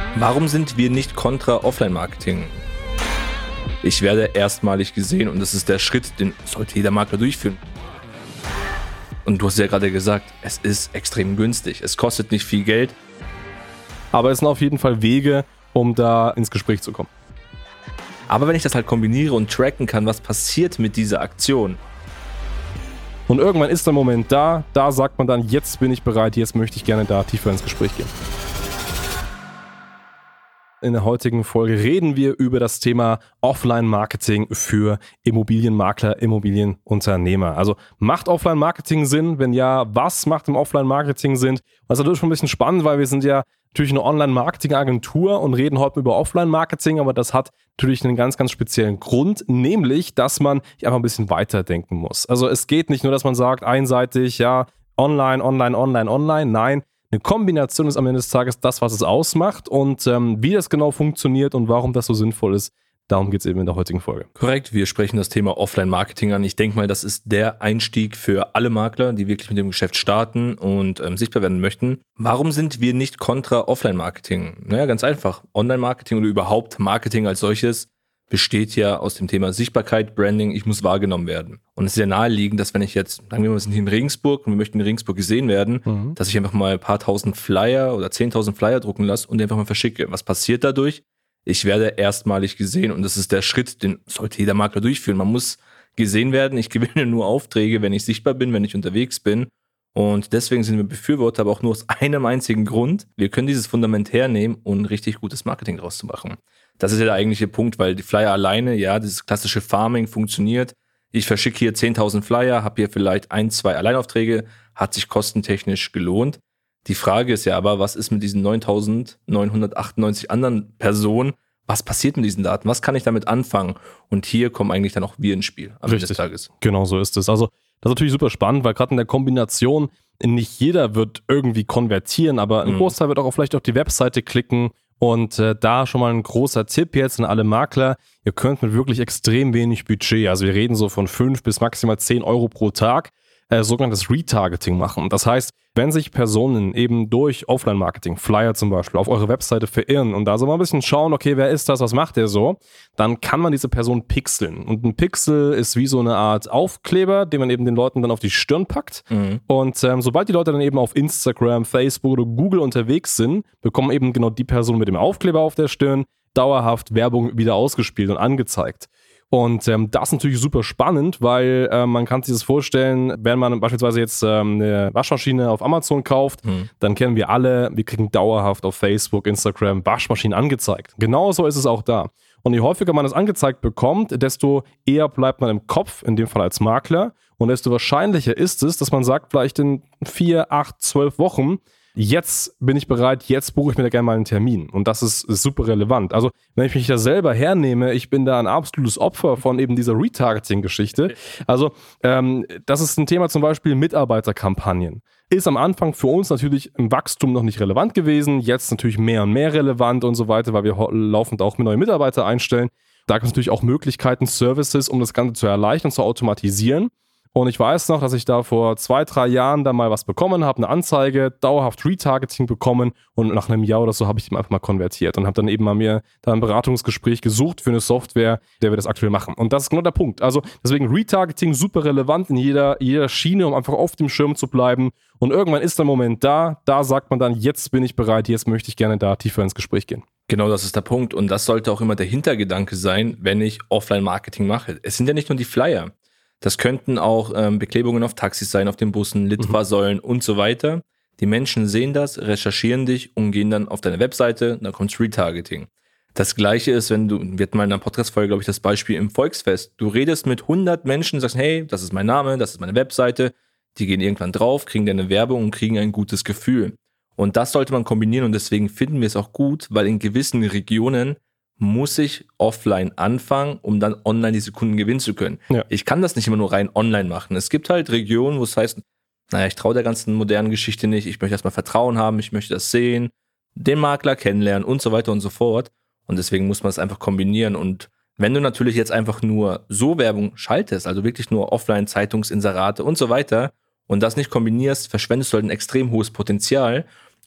Warum sind wir nicht kontra Offline-Marketing? Ich werde erstmalig gesehen und das ist der Schritt, den sollte jeder Makler durchführen. Und du hast ja gerade gesagt, es ist extrem günstig. Es kostet nicht viel Geld. Aber es sind auf jeden Fall Wege, um da ins Gespräch zu kommen. Aber wenn ich das halt kombiniere und tracken kann, was passiert mit dieser Aktion? Und irgendwann ist der Moment da sagt man dann, jetzt bin ich bereit, jetzt möchte ich gerne da tiefer ins Gespräch gehen. In der heutigen Folge reden wir über das Thema Offline-Marketing für Immobilienmakler, Immobilienunternehmer. Also macht Offline-Marketing Sinn? Wenn ja, was macht im Offline-Marketing Sinn? Das ist natürlich schon ein bisschen spannend, weil wir sind ja natürlich eine Online-Marketing-Agentur und reden heute über Offline-Marketing, aber das hat natürlich einen ganz, ganz speziellen Grund, nämlich, dass man einfach ein bisschen weiterdenken muss. Also es geht nicht nur, dass man sagt, einseitig, ja, online, nein. Eine Kombination ist am Ende des Tages das, was es ausmacht und wie das genau funktioniert und warum das so sinnvoll ist, darum geht es eben in der heutigen Folge. Korrekt, wir sprechen das Thema Offline-Marketing an. Ich denke mal, das ist der Einstieg für alle Makler, die wirklich mit dem Geschäft starten und sichtbar werden möchten. Warum sind wir nicht kontra Offline-Marketing? Naja, ganz einfach. Online-Marketing oder überhaupt Marketing als solches besteht ja aus dem Thema Sichtbarkeit, Branding, ich muss wahrgenommen werden. Und es ist ja naheliegend, dass wenn ich jetzt, sagen wir mal, wir sind hier in Regensburg und wir möchten in Regensburg gesehen werden, dass ich einfach mal ein paar tausend Flyer oder 10.000 Flyer drucken lasse und die einfach mal verschicke. Was passiert dadurch? Ich werde erstmalig gesehen und das ist der Schritt, den sollte jeder Makler durchführen. Man muss gesehen werden. Ich gewinne nur Aufträge, wenn ich sichtbar bin, wenn ich unterwegs bin. Und deswegen sind wir Befürworter, aber auch nur aus einem einzigen Grund. Wir können dieses Fundament hernehmen und richtig gutes Marketing draus zu machen. Das ist ja der eigentliche Punkt, weil die Flyer alleine, ja, dieses klassische Farming funktioniert. Ich verschicke hier 10.000 Flyer, habe hier vielleicht 1, 2 Alleinaufträge, hat sich kostentechnisch gelohnt. Die Frage ist ja aber, was ist mit diesen 9.998 anderen Personen? Was passiert mit diesen Daten? Was kann ich damit anfangen? Und hier kommen eigentlich dann auch wir ins Spiel am Ende des Tages. Genau so ist es. Also das ist natürlich super spannend, weil gerade in der Kombination nicht jeder wird irgendwie konvertieren, aber ein Großteil wird auch vielleicht auf die Webseite klicken. Und da schon mal ein großer Tipp jetzt an alle Makler, ihr könnt mit wirklich extrem wenig Budget, also wir reden so von 5 bis maximal 10 Euro pro Tag, sogenanntes Retargeting machen. Das heißt, wenn sich Personen eben durch Offline-Marketing, Flyer zum Beispiel, auf eure Webseite verirren und da so mal ein bisschen schauen, okay, wer ist das, was macht der so, dann kann man diese Person pixeln. Und ein Pixel ist wie so eine Art Aufkleber, den man eben den Leuten dann auf die Stirn packt. Und sobald die Leute dann eben auf Instagram, Facebook oder Google unterwegs sind, bekommen eben genau die Person mit dem Aufkleber auf der Stirn dauerhaft Werbung wieder ausgespielt und angezeigt. Und das ist natürlich super spannend, weil man kann sich das vorstellen, wenn man beispielsweise jetzt eine Waschmaschine auf Amazon kauft, dann kennen wir alle, wir kriegen dauerhaft auf Facebook, Instagram Waschmaschinen angezeigt. Genauso ist es auch da. Und je häufiger man das angezeigt bekommt, desto eher bleibt man im Kopf, in dem Fall als Makler, und desto wahrscheinlicher ist es, dass man sagt, vielleicht in 4, 8, 12 Wochen, jetzt bin ich bereit, jetzt buche ich mir da gerne mal einen Termin. Und das ist super relevant. Also, wenn ich mich da selber hernehme, ich bin da ein absolutes Opfer von eben dieser Retargeting-Geschichte. Also, das ist ein Thema zum Beispiel Mitarbeiterkampagnen. Ist am Anfang für uns natürlich im Wachstum noch nicht relevant gewesen. Jetzt natürlich mehr und mehr relevant und so weiter, weil wir laufend auch neue Mitarbeiter einstellen. Da gibt es natürlich auch Möglichkeiten, Services, um das Ganze zu erleichtern, zu automatisieren. Und ich weiß noch, dass ich da vor 2, 3 Jahren da mal was bekommen habe, eine Anzeige, dauerhaft Retargeting bekommen und nach einem Jahr oder so habe ich die einfach mal konvertiert und habe dann eben mal mir da ein Beratungsgespräch gesucht für eine Software, der wir das aktuell machen. Und das ist genau der Punkt. Also deswegen Retargeting super relevant in jeder Schiene, um einfach auf dem Schirm zu bleiben. Und irgendwann ist der Moment da sagt man dann, jetzt bin ich bereit, jetzt möchte ich gerne da tiefer ins Gespräch gehen. Genau, das ist der Punkt. Und das sollte auch immer der Hintergedanke sein, wenn ich Offline-Marketing mache. Es sind ja nicht nur die Flyer. Das könnten auch Beklebungen auf Taxis sein, auf den Bussen, Litfaßsäulen und so weiter. Die Menschen sehen das, recherchieren dich und gehen dann auf deine Webseite, dann kommt Retargeting. Das Gleiche ist, wir hatten mal in einer Podcast-Folge, glaube ich, das Beispiel im Volksfest. Du redest mit 100 Menschen, sagst, hey, das ist mein Name, das ist meine Webseite. Die gehen irgendwann drauf, kriegen deine Werbung und kriegen ein gutes Gefühl. Und das sollte man kombinieren und deswegen finden wir es auch gut, weil in gewissen Regionen muss ich offline anfangen, um dann online diese Kunden gewinnen zu können. Ja. Ich kann das nicht immer nur rein online machen. Es gibt halt Regionen, wo es heißt, naja, ich traue der ganzen modernen Geschichte nicht, ich möchte erstmal Vertrauen haben, ich möchte das sehen, den Makler kennenlernen und so weiter und so fort. Und deswegen muss man es einfach kombinieren. Und wenn du natürlich jetzt einfach nur so Werbung schaltest, also wirklich nur offline, Zeitungsinserate und so weiter, und das nicht kombinierst, verschwendest du halt ein extrem hohes Potenzial.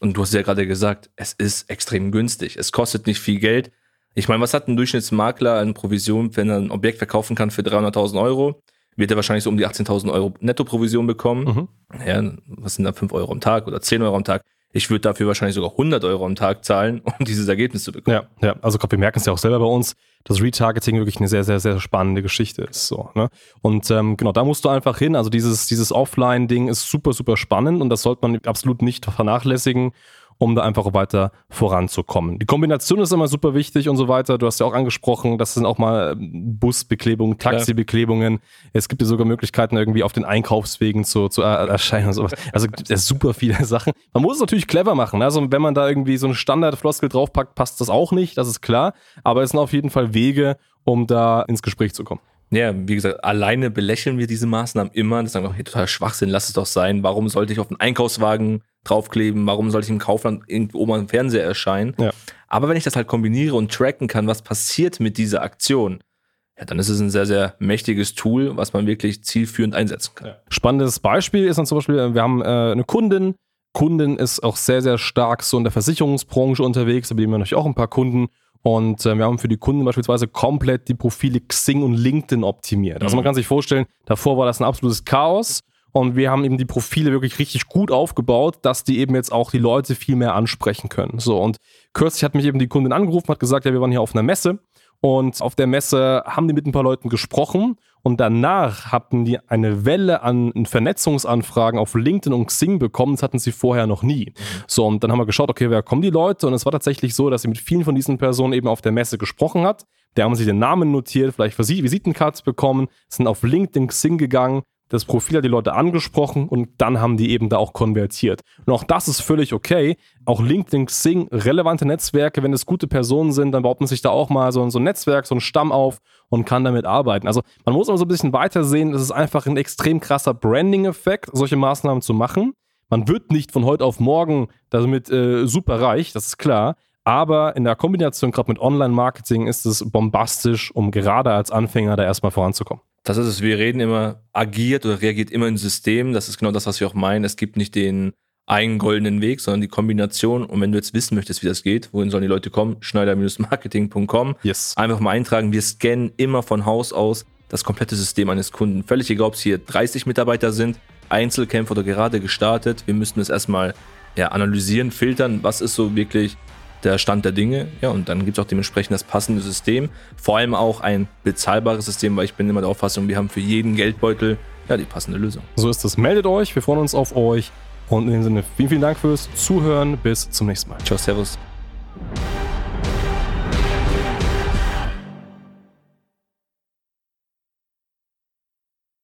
Und du hast ja gerade gesagt, es ist extrem günstig. Es kostet nicht viel Geld. Ich meine, was hat ein Durchschnittsmakler an Provision, wenn er ein Objekt verkaufen kann für 300.000 Euro? Wird er wahrscheinlich so um die 18.000 Euro Nettoprovision bekommen. Ja, was sind da 5 Euro am Tag oder 10 Euro am Tag? Ich würde dafür wahrscheinlich sogar 100 Euro am Tag zahlen, um dieses Ergebnis zu bekommen. Ja, also wir merken es ja auch selber bei uns, dass Retargeting wirklich eine sehr, sehr, sehr spannende Geschichte ist. So, ne? Und genau, da musst du einfach hin. Also dieses Offline-Ding ist super, super spannend und das sollte man absolut nicht vernachlässigen, um da einfach weiter voranzukommen. Die Kombination ist immer super wichtig und so weiter. Du hast ja auch angesprochen, das sind auch mal Busbeklebungen, Taxibeklebungen. Es gibt ja sogar Möglichkeiten, irgendwie auf den Einkaufswegen zu erscheinen und sowas. Also gibt es super viele Sachen. Man muss es natürlich clever machen. Also wenn man da irgendwie so eine Standardfloskel draufpackt, passt das auch nicht, das ist klar. Aber es sind auf jeden Fall Wege, um da ins Gespräch zu kommen. Ja, wie gesagt, alleine belächeln wir diese Maßnahmen immer. Das sagen wir, hey, total Schwachsinn, lass es doch sein. Warum sollte ich auf den Einkaufswagen draufkleben? Warum sollte ich im Kaufland irgendwo oben am Fernseher erscheinen? Ja. Aber wenn ich das halt kombiniere und tracken kann, was passiert mit dieser Aktion, ja, dann ist es ein sehr, sehr mächtiges Tool, was man wirklich zielführend einsetzen kann. Ja. Spannendes Beispiel ist dann zum Beispiel, wir haben eine Kundin. Kundin ist auch sehr, sehr stark so in der Versicherungsbranche unterwegs, aber die haben natürlich auch ein paar Kunden. Und wir haben für die Kunden beispielsweise komplett die Profile Xing und LinkedIn optimiert. Also man kann sich vorstellen, davor war das ein absolutes Chaos und wir haben eben die Profile wirklich richtig gut aufgebaut, dass die eben jetzt auch die Leute viel mehr ansprechen können. So, und kürzlich hat mich eben die Kundin angerufen, hat gesagt, ja, wir waren hier auf einer Messe und auf der Messe haben die mit ein paar Leuten gesprochen und danach hatten die eine Welle an Vernetzungsanfragen auf LinkedIn und Xing bekommen, das hatten sie vorher noch nie. So, und dann haben wir geschaut, okay, wer kommen die Leute? Und es war tatsächlich so, dass sie mit vielen von diesen Personen eben auf der Messe gesprochen hat. Da haben sie den Namen notiert, vielleicht Visitenkarten bekommen, sind auf LinkedIn, Xing gegangen, das Profil hat die Leute angesprochen und dann haben die eben da auch konvertiert. Und auch das ist völlig okay. Auch LinkedIn, Xing, relevante Netzwerke, wenn es gute Personen sind, dann baut man sich da auch mal so ein Netzwerk, so einen Stamm auf und kann damit arbeiten. Also man muss aber so ein bisschen weiter sehen, das ist einfach ein extrem krasser Branding-Effekt, solche Maßnahmen zu machen. Man wird nicht von heute auf morgen damit super reich, das ist klar. Aber in der Kombination gerade mit Online-Marketing ist es bombastisch, um gerade als Anfänger da erstmal voranzukommen. Das ist es, wir reden immer, agiert oder reagiert immer ins System. Das ist genau das, was wir auch meinen. Es gibt nicht den einen goldenen Weg, sondern die Kombination. Und wenn du jetzt wissen möchtest, wie das geht, wohin sollen die Leute kommen? Schneider-marketing.com. Yes. Einfach mal eintragen. Wir scannen immer von Haus aus das komplette System eines Kunden. Völlig egal, ob es hier 30 Mitarbeiter sind, Einzelkämpfer oder gerade gestartet. Wir müssen es erstmal analysieren, filtern, was ist so wirklich der Stand der Dinge. Ja, und dann gibt es auch dementsprechend das passende System. Vor allem auch ein bezahlbares System, weil ich bin immer der Auffassung, wir haben für jeden Geldbeutel die passende Lösung. So ist es. Meldet euch, wir freuen uns auf euch. Und in dem Sinne, vielen, vielen Dank fürs Zuhören. Bis zum nächsten Mal. Ciao, servus.